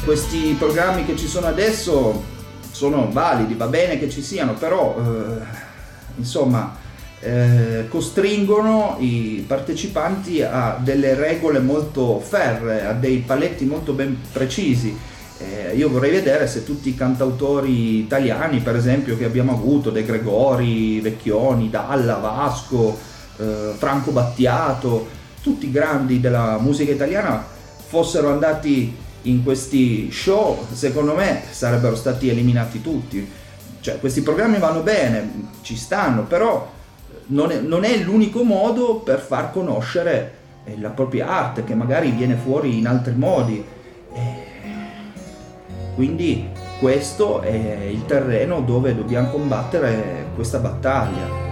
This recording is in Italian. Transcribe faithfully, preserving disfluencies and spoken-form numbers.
questi programmi che ci sono adesso sono validi, va bene che ci siano, però eh, insomma eh, costringono i partecipanti a delle regole molto ferree, a dei paletti molto ben precisi. Eh, io vorrei vedere se tutti i cantautori italiani, per esempio, che abbiamo avuto, De Gregori, Vecchioni, Dalla, Vasco, eh, Franco Battiato, tutti i grandi della musica italiana, fossero andati in questi show, secondo me sarebbero stati eliminati tutti. Cioè, questi programmi vanno bene, ci stanno, però non è, non è l'unico modo per far conoscere la propria arte, che magari viene fuori in altri modi. Eh, quindi questo è il terreno dove dobbiamo combattere questa battaglia.